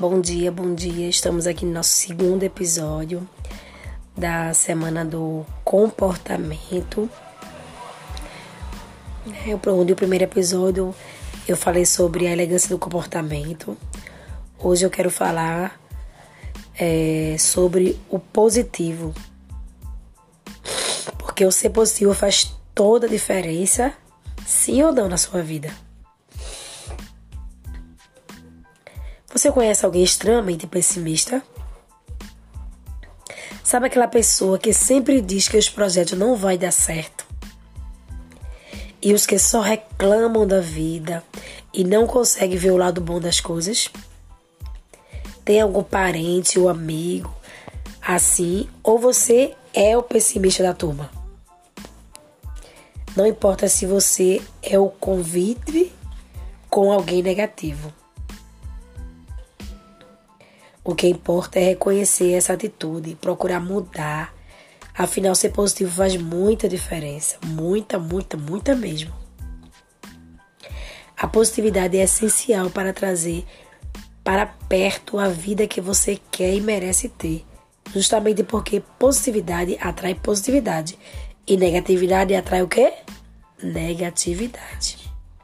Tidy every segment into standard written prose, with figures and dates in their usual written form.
Bom dia, bom dia. Estamos aqui no nosso segundo episódio da semana do comportamento. O primeiro episódio eu falei sobre a elegância do comportamento. Hoje eu quero falar sobre o positivo. Porque o ser positivo faz toda a diferença, sim ou não, na sua vida. Você conhece alguém extremamente pessimista? Sabe aquela pessoa que sempre diz que os projetos não vão dar certo? E os que só reclamam da vida e não conseguem ver o lado bom das coisas? Tem algum parente ou amigo assim? Ou você é o pessimista da turma? Não importa se você é o convite com alguém negativo. O que importa é reconhecer essa atitude, procurar mudar. Afinal, ser positivo faz muita diferença. Muita, muita, muita mesmo. A positividade é essencial para trazer para perto a vida que você quer e merece ter. Justamente porque positividade atrai positividade. E negatividade atrai o quê? Negatividade.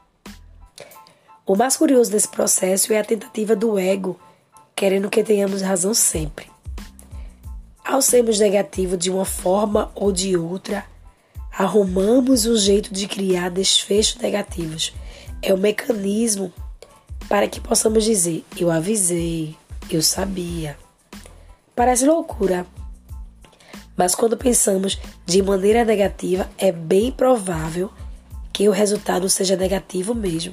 O mais curioso desse processo é a tentativa do ego, querendo que tenhamos razão sempre. Ao sermos negativos de uma forma ou de outra, arrumamos um jeito de criar desfechos negativos. É um mecanismo para que possamos dizer, eu avisei, eu sabia. Parece loucura, mas quando pensamos de maneira negativa, é bem provável que o resultado seja negativo mesmo.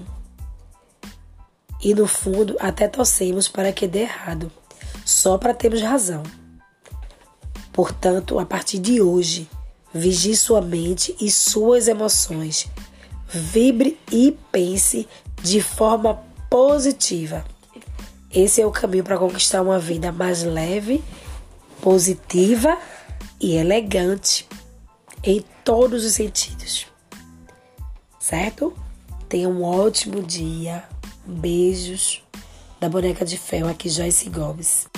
E no fundo, até torcemos para que dê errado, só para termos razão. Portanto, a partir de hoje, vigie sua mente e suas emoções. Vibre e pense de forma positiva. Esse é o caminho para conquistar uma vida mais leve, positiva e elegante em todos os sentidos. Certo? Tenha um ótimo dia. Beijos da boneca de ferro aqui, Joyce Gomes.